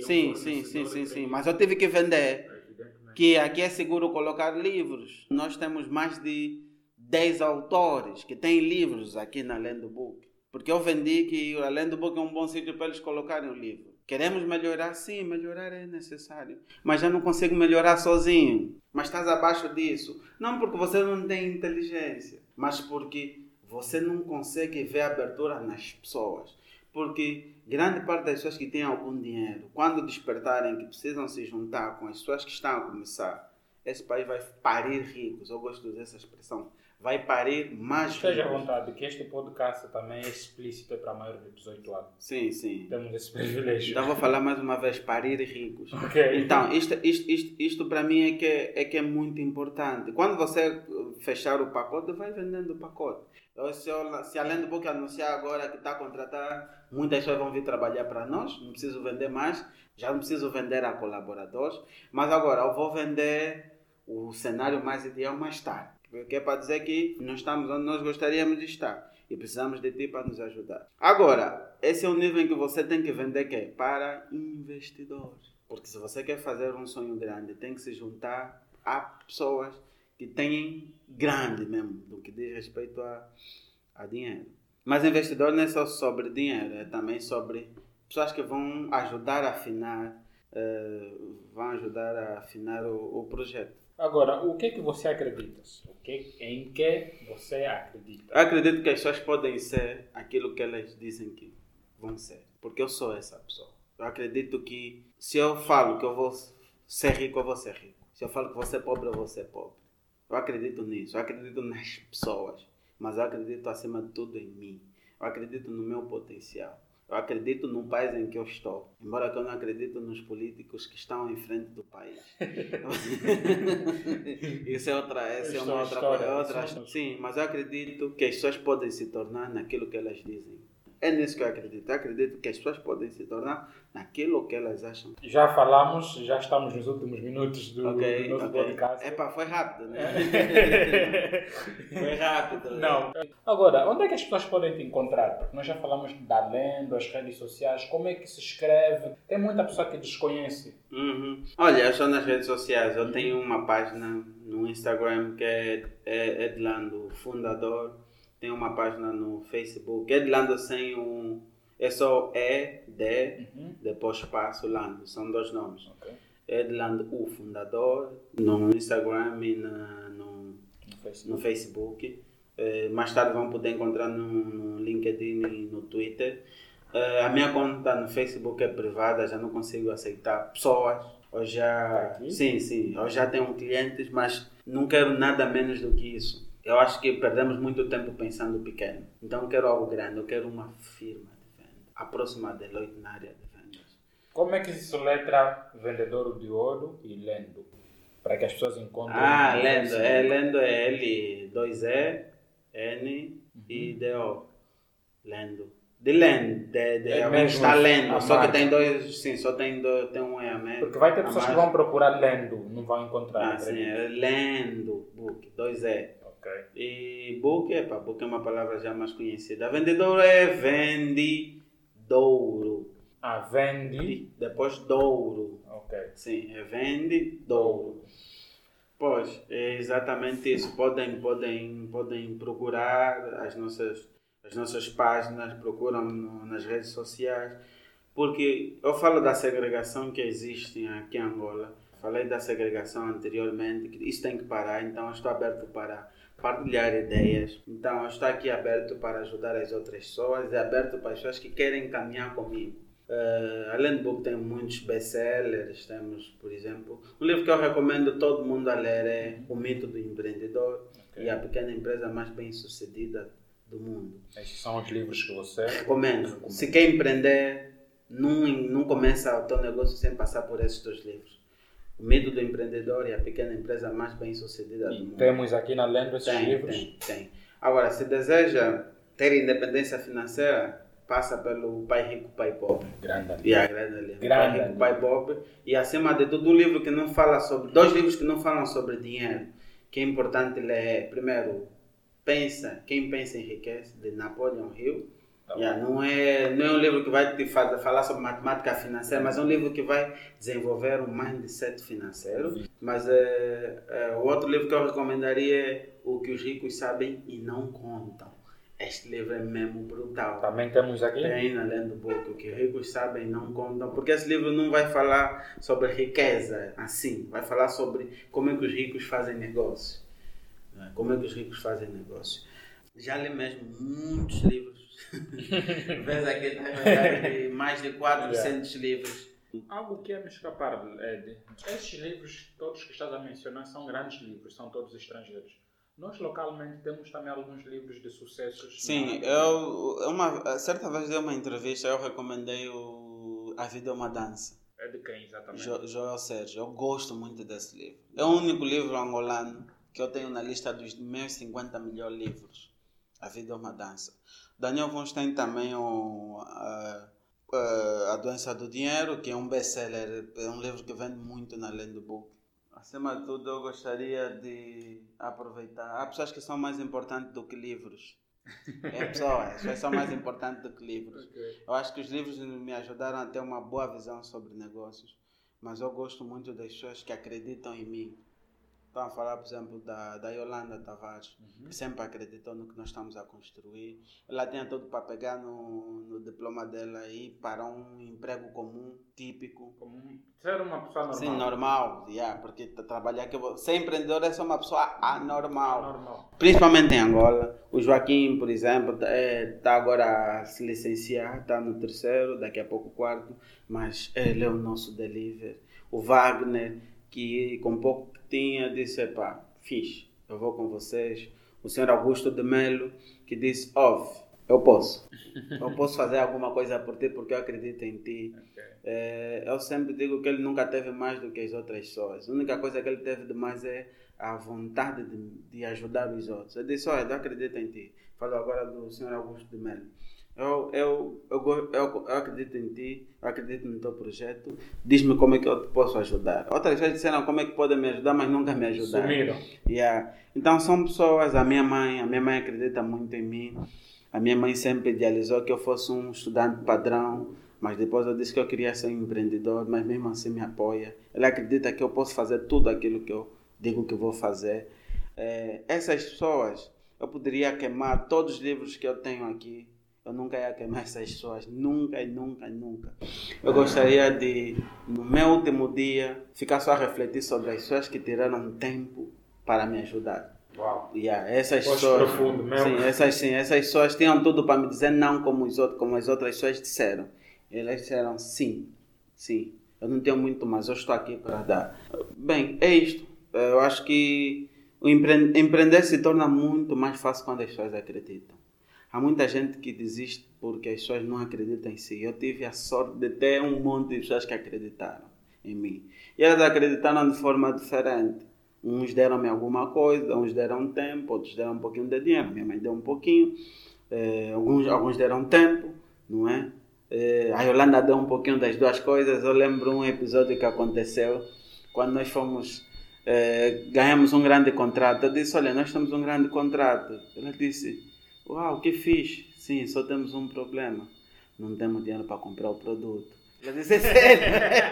Speaker 1: sim. Mas eu tive que vender. Que aqui é seguro colocar livros. Nós temos mais de 10 autores que têm livros aqui na Lendbook. Porque eu vendi que a Lendbook é um bom sítio para eles colocarem o livro. Queremos melhorar? Sim, melhorar é necessário. Mas já não consigo melhorar sozinho. Mas estás abaixo disso. Não porque você não tem inteligência, mas porque você não consegue ver abertura nas pessoas. Porque grande parte das pessoas que têm algum dinheiro, quando despertarem que precisam se juntar com as pessoas que estão a começar, esse país vai parir ricos. Eu gosto de usar essa expressão. Vai parir mais ricos.
Speaker 2: Esteja à vontade, que este podcast também é explícito para maiores de 18 anos.
Speaker 1: Sim.
Speaker 2: Temos esse privilégio.
Speaker 1: Então vou falar mais uma vez, parir ricos.
Speaker 2: Okay.
Speaker 1: Então, isto para mim é que é muito importante. Quando você fechar o pacote, vai vendendo o pacote. Se a Lendbook anunciar agora que está a contratar, muitas pessoas vão vir trabalhar para nós, não preciso vender mais, já não preciso vender a colaboradores, mas agora eu vou vender o cenário mais ideal mais tarde, que é para dizer que nós estamos onde nós gostaríamos de estar e precisamos de ti para nos ajudar. Agora, esse é o nível em que você tem que vender que é para investidores, porque se você quer fazer um sonho grande, tem que se juntar a pessoas que têm grande mesmo, do que diz respeito a dinheiro. Mas investidor não é só sobre dinheiro, é também sobre pessoas que vão ajudar a afinar, o projeto.
Speaker 2: Agora, o que é que você acredita? Em que você acredita?
Speaker 1: Eu acredito que as pessoas podem ser aquilo que elas dizem que vão ser, porque eu sou essa pessoa. Eu acredito que se eu falo que eu vou ser rico, eu vou ser rico. Se eu falo que vou ser pobre, eu vou ser pobre. Eu acredito nisso, eu acredito nas pessoas, mas eu acredito acima de tudo em mim. Eu acredito no meu potencial. Eu acredito no país em que eu estou, embora que eu não acredito nos políticos que estão em frente do país. Isso é uma outra coisa. Sim, mas eu acredito que as pessoas podem se tornar naquilo que elas dizem. É nisso que eu acredito. Eu acredito que as pessoas podem se tornar naquilo que elas acham.
Speaker 2: Já falamos, já estamos nos últimos minutos do nosso podcast.
Speaker 1: Foi rápido, né? Foi rápido.
Speaker 2: Não. Agora, onde é que as pessoas podem te encontrar? Porque nós já falamos da Lendo, as redes sociais, como é que se escreve? Tem muita pessoa que desconhece.
Speaker 1: Olha, eu estou nas redes sociais. Eu tenho uma página no Instagram que é Edlando, fundador. Tem uma página no Facebook, Edlando sem é só depois espaço Lando, são 2 nomes.
Speaker 2: Okay.
Speaker 1: Edland, o fundador, no Instagram e no Facebook. Mais tarde vão poder encontrar no LinkedIn e no Twitter. A minha conta no Facebook é privada, já não consigo aceitar pessoas. Sim, eu já tenho clientes, mas não quero nada menos do que isso. Eu acho que perdemos muito tempo pensando pequeno. Então eu quero algo grande, eu quero uma firma de venda. A próxima Deloitte na área de vendas.
Speaker 2: Como é que se soletra vendedor de ouro e Lendo? Para que as pessoas encontrem...
Speaker 1: Lendo é L, 2E, N e D-O. Lendo. De alguém que está lendo, só que tem dois, sim, só tem um E a menos.
Speaker 2: Porque vai ter pessoas que vão procurar Lendo, não vão encontrar.
Speaker 1: Sim, é Lendo, book, 2E.
Speaker 2: Okay.
Speaker 1: E book é uma palavra já mais conhecida. Vendedor é vendedouro.
Speaker 2: Vende.
Speaker 1: Depois douro.
Speaker 2: Ok.
Speaker 1: Sim, é vendedouro. Pois, é exatamente isso. Podem procurar as nossas páginas, procuram nas redes sociais, porque eu falo da segregação que existe aqui em Angola. Falei da segregação anteriormente, que isso tem que parar, então eu estou aberto para partilhar ideias. Então eu estou aqui aberto para ajudar as outras pessoas e aberto para as pessoas que querem caminhar comigo. Além do book, tem muitos best-sellers. Temos, por exemplo, um livro que eu recomendo todo mundo a ler é O Mito do Empreendedor e a Pequena Empresa Mais Bem-Sucedida do Mundo.
Speaker 2: Esses são os livros que você
Speaker 1: recomendo. Se quer empreender, não começa o teu negócio sem passar por esses dois livros. O Mito do Empreendedor e a Pequena Empresa Mais Bem-Sucedida do Mundo.
Speaker 2: Temos aqui na Lendo esses livros?
Speaker 1: Tem. Agora, se deseja ter independência financeira, passa pelo Pai Rico, Pai Pobre.
Speaker 2: Grande
Speaker 1: livro. Pai Rico, Pai Pobre. E acima de tudo, dois livros que não falam sobre dinheiro. Que é importante ler. Primeiro, Quem Pensa Enriquece, de Napoleon Hill. Não é um livro que vai te falar sobre matemática financeira, mas é um livro que vai desenvolver um mindset financeiro. Mas o outro livro que eu recomendaria é O que os Ricos Sabem e Não Contam. Este livro é mesmo brutal.
Speaker 2: Também temos aqui?
Speaker 1: Tem na Lendo Book, O que os Ricos Sabem e Não Contam. Porque esse livro não vai falar sobre riqueza assim. Vai falar sobre como é que os ricos fazem negócios. Como é que os ricos fazem negócio. Já li mesmo muitos livros. Vês aqui, tem mais de 400 livros.
Speaker 2: Algo que ia me escapar, Ed. Estes livros, todos que estás a mencionar, são grandes livros, são todos estrangeiros. Nós localmente temos também alguns livros de sucessos.
Speaker 1: Sim, certa vez dei uma entrevista, eu recomendei A Vida é uma Dança.
Speaker 2: É de quem exatamente?
Speaker 1: Joel Sérgio. Eu gosto muito desse livro. É o único livro angolano que eu tenho na lista dos meus 50 melhores livros. A Vida é uma Dança. Daniel Vonstein também A Doença do Dinheiro, que é um best-seller, é um livro que vende muito na Lendo Book. Acima de tudo, eu gostaria de aproveitar. Há pessoas que são mais importantes do que livros. As pessoas são mais importantes do que livros. Okay. Eu acho que os livros me ajudaram a ter uma boa visão sobre negócios, mas eu gosto muito das pessoas que acreditam em mim. Estão a falar, por exemplo, da Yolanda Tavares, que sempre acreditou no que nós estamos a construir. Ela tinha tudo para pegar no diploma dela e para um emprego comum, típico.
Speaker 2: Ser uma pessoa normal.
Speaker 1: Sim, normal. Porque trabalhar aqui, ser empreendedor é ser uma pessoa anormal. Principalmente em Angola. O Joaquim, por exemplo, está agora a se licenciar, está no 3º, daqui a pouco 4º, mas ele é o nosso delivery. O Wagner, que com pouco que tinha, disse, fixe, eu vou com vocês. O senhor Augusto de Melo, que disse, eu posso fazer alguma coisa por ti porque eu acredito em ti. Okay. Eu sempre digo que ele nunca teve mais do que as outras pessoas. A única coisa que ele teve de mais é a vontade de ajudar os outros. Eu disse, eu acredito em ti. Falou agora do senhor Augusto de Melo. Eu acredito em ti, eu acredito no teu projeto. Diz-me como é que eu te posso ajudar. Outras vezes disseram como é que podem me ajudar, mas nunca me ajudaram.
Speaker 2: Sumiram.
Speaker 1: Então são pessoas, a minha mãe acredita muito em mim. A minha mãe sempre idealizou que eu fosse um estudante padrão, mas depois eu disse que eu queria ser um empreendedor, mas mesmo assim me apoia. Ela acredita que eu posso fazer tudo aquilo que eu digo que vou fazer. Essas pessoas, eu poderia queimar todos os livros que eu tenho aqui Eu nunca ia queimar essas pessoas, nunca. Eu gostaria de, no meu último dia, ficar só a refletir sobre as pessoas que tiraram tempo para me ajudar.
Speaker 2: Uau.
Speaker 1: Essas pessoas,
Speaker 2: profundo mesmo.
Speaker 1: essas pessoas tinham tudo para me dizer não como as outras pessoas disseram. Elas disseram sim. Eu não tenho muito, mas eu estou aqui para dar. Bem, é isto. Eu acho que empreender se torna muito mais fácil quando as pessoas acreditam. Há muita gente que desiste porque as pessoas não acreditam em si. Eu tive a sorte de ter um monte de pessoas que acreditaram em mim. E elas acreditaram de forma diferente. Uns deram-me alguma coisa, uns deram tempo, outros deram um pouquinho de dinheiro. Minha mãe deu um pouquinho. Alguns deram tempo, não é? A Yolanda deu um pouquinho das duas coisas. Eu lembro um episódio que aconteceu quando nós fomos... ganhamos um grande contrato. Eu disse, olha, nós temos um grande contrato. Ela disse... Uau, que fixe. Sim, só temos um problema. Não temos dinheiro para comprar o produto. Ela disse, é sério?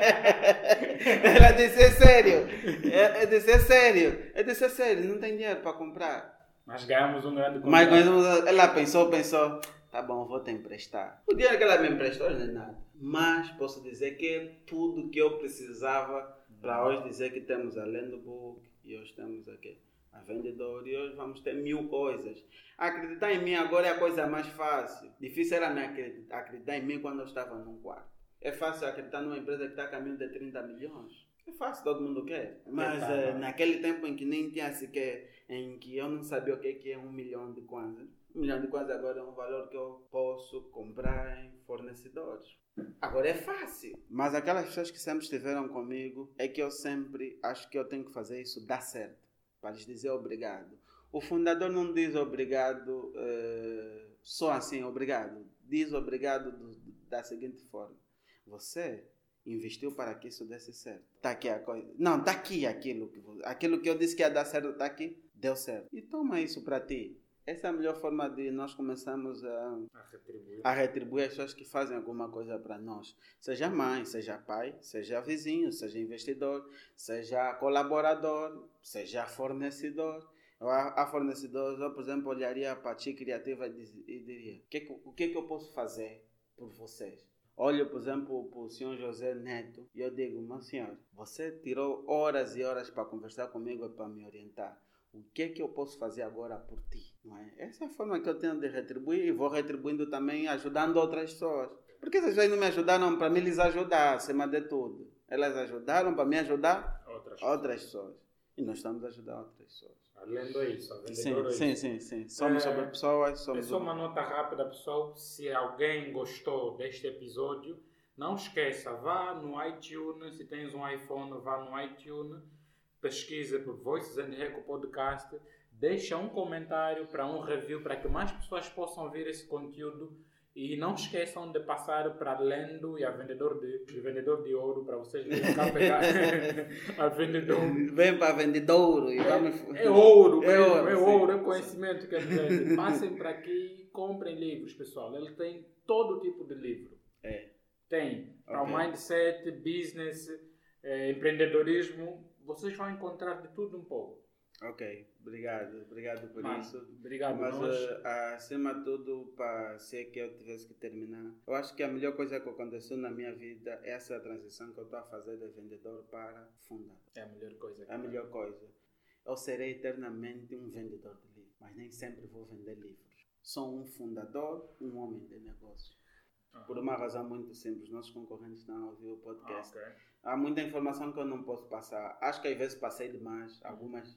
Speaker 1: Ela disse, é sério? Eu disse, é sério? Eu disse, é sério, não tem dinheiro para comprar.
Speaker 2: Mas ganhamos um grande contrato.
Speaker 1: Ela pensou, tá bom, vou te emprestar. O dinheiro que ela me emprestou não é nada. Mas posso dizer que é tudo que eu precisava para hoje dizer que temos a Landbook e hoje temos aqui a Vendedor e hoje vamos ter 1000 coisas. Acreditar em mim agora é a coisa mais fácil. Difícil era me acreditar em mim quando eu estava num quarto. É fácil acreditar numa empresa que está a caminho de 30 milhões. É fácil, todo mundo quer. Mas naquele tempo em que nem tinha sequer, em que eu não sabia o que é 1 milhão de kwanzas. 1 milhão de kwanzas agora é um valor que eu posso comprar em fornecedores. Agora é fácil. Mas aquelas pessoas que sempre estiveram comigo, é que eu sempre acho que eu tenho que fazer isso dar certo. Para lhes dizer obrigado. O fundador não diz obrigado só assim, obrigado. Diz obrigado da seguinte forma. Você investiu para que isso desse certo. Está aqui a coisa. Não, está aqui aquilo que eu disse que ia dar certo, está aqui. Deu certo. E toma isso para ti. Essa é a melhor forma de nós começarmos a retribuir as pessoas que fazem alguma coisa para nós. Seja mãe, seja pai, seja vizinho, seja investidor, seja colaborador, seja fornecedor. A fornecedor, eu, por exemplo, olharia para a Ti Criativa e diria, o que eu posso fazer por vocês? Olho, por exemplo, para o senhor José Neto e eu digo, meu senhor, você tirou horas e horas para conversar comigo e para me orientar. O que eu posso fazer agora por ti? Não é? Essa é a forma que eu tenho de retribuir e vou retribuindo também ajudando outras pessoas. Porque essas pessoas não me ajudaram para me lhes ajudar, acima de tudo. Elas ajudaram para me ajudar outras pessoas. E nós estamos a ajudar outras pessoas.
Speaker 2: Além disso,
Speaker 1: sim. Somos sobre pessoas.
Speaker 2: É só uma nota rápida, pessoal. Se alguém gostou deste episódio, não esqueça, vá no iTunes. Se tens um iPhone, vá no iTunes. Pesquisa por Voices and Reco Podcast. Deixa um comentário para um review para que mais pessoas possam ver esse conteúdo. E não esqueçam de passar para a Lendo e a Vendedor de Ouro para vocês virem cá pegar a Vendedor.
Speaker 1: Vem para a Vendedor e vamos...
Speaker 2: É ouro, é conhecimento que eles vendem. Passem para aqui e comprem livros, pessoal. Ele tem todo tipo de livro. Tem para o mindset, business, empreendedorismo. Vocês vão encontrar de tudo um pouco.
Speaker 1: Ok, obrigado por isso.
Speaker 2: Obrigado.
Speaker 1: Mas acima de tudo, para ser que eu tivesse que terminar, eu acho que a melhor coisa que aconteceu na minha vida é essa transição que eu estou a fazer de vendedor para fundador.
Speaker 2: É a melhor coisa.
Speaker 1: É a melhor coisa. Eu serei eternamente um vendedor de livros, mas nem sempre vou vender livros. Sou um fundador, um homem de negócio. Por uma razão muito simples, nossos concorrentes estão a ouvir o podcast. Há muita informação que eu não posso passar. Acho que às vezes passei demais, algumas...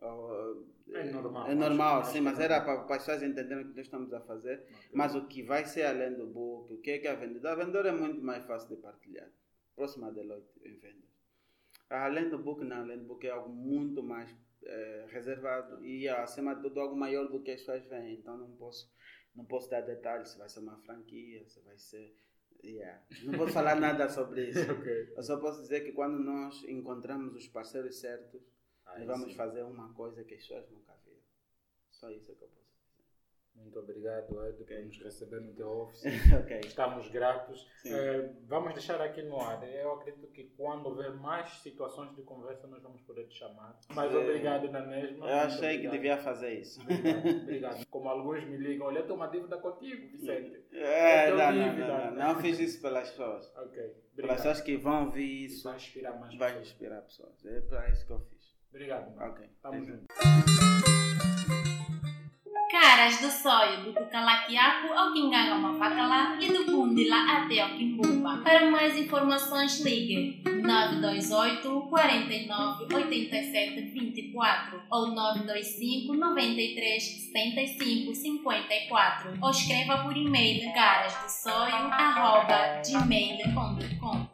Speaker 2: É normal,
Speaker 1: sim, mas era para as pessoas entenderem o que nós estamos a fazer. Mas o que vai ser além do book, o que é a vendedora? A vendedora é muito mais fácil de partilhar. Próxima a Deloitte em vendas. Além do book, não, além do book é algo muito mais reservado e acima de tudo algo maior do que as pessoas veem. Então não posso dar detalhes se vai ser uma franquia, se vai ser... Não posso falar nada sobre isso. Eu só posso dizer que quando nós encontramos os parceiros certos, nós vamos fazer uma coisa que as pessoas nunca viram. Só isso que eu posso dizer.
Speaker 2: Muito obrigado, Ed, por nos receber no teu office.
Speaker 1: Ok.
Speaker 2: Estamos gratos.
Speaker 1: Sim.
Speaker 2: Vamos deixar aqui no ar. Eu acredito que quando houver mais situações de conversa, nós vamos poder te chamar. Mas obrigado na mesma.
Speaker 1: Eu achei que devia fazer isso.
Speaker 2: Obrigado. Como alguns me ligam, olha, eu tenho uma dívida contigo, Vicente.
Speaker 1: Não fiz isso pelas pessoas.
Speaker 2: Ok. Obrigado.
Speaker 1: Pelas pessoas que vão ouvir isso.
Speaker 2: Vai inspirar mais
Speaker 1: Vai
Speaker 2: pessoas.
Speaker 1: inspirar pessoas. É para isso que eu fiz.
Speaker 2: Obrigado.
Speaker 1: Ok.
Speaker 2: Tamo junto.
Speaker 3: Caras do Sonho, do Cucalaquiaco ao Quinganga Mafacalá e do Bundila até ao Quimbumba. Para mais informações, ligue 928 49 87 24 ou 925 93 75 54 ou escreva por e-mail carasdossoio@gmail.com.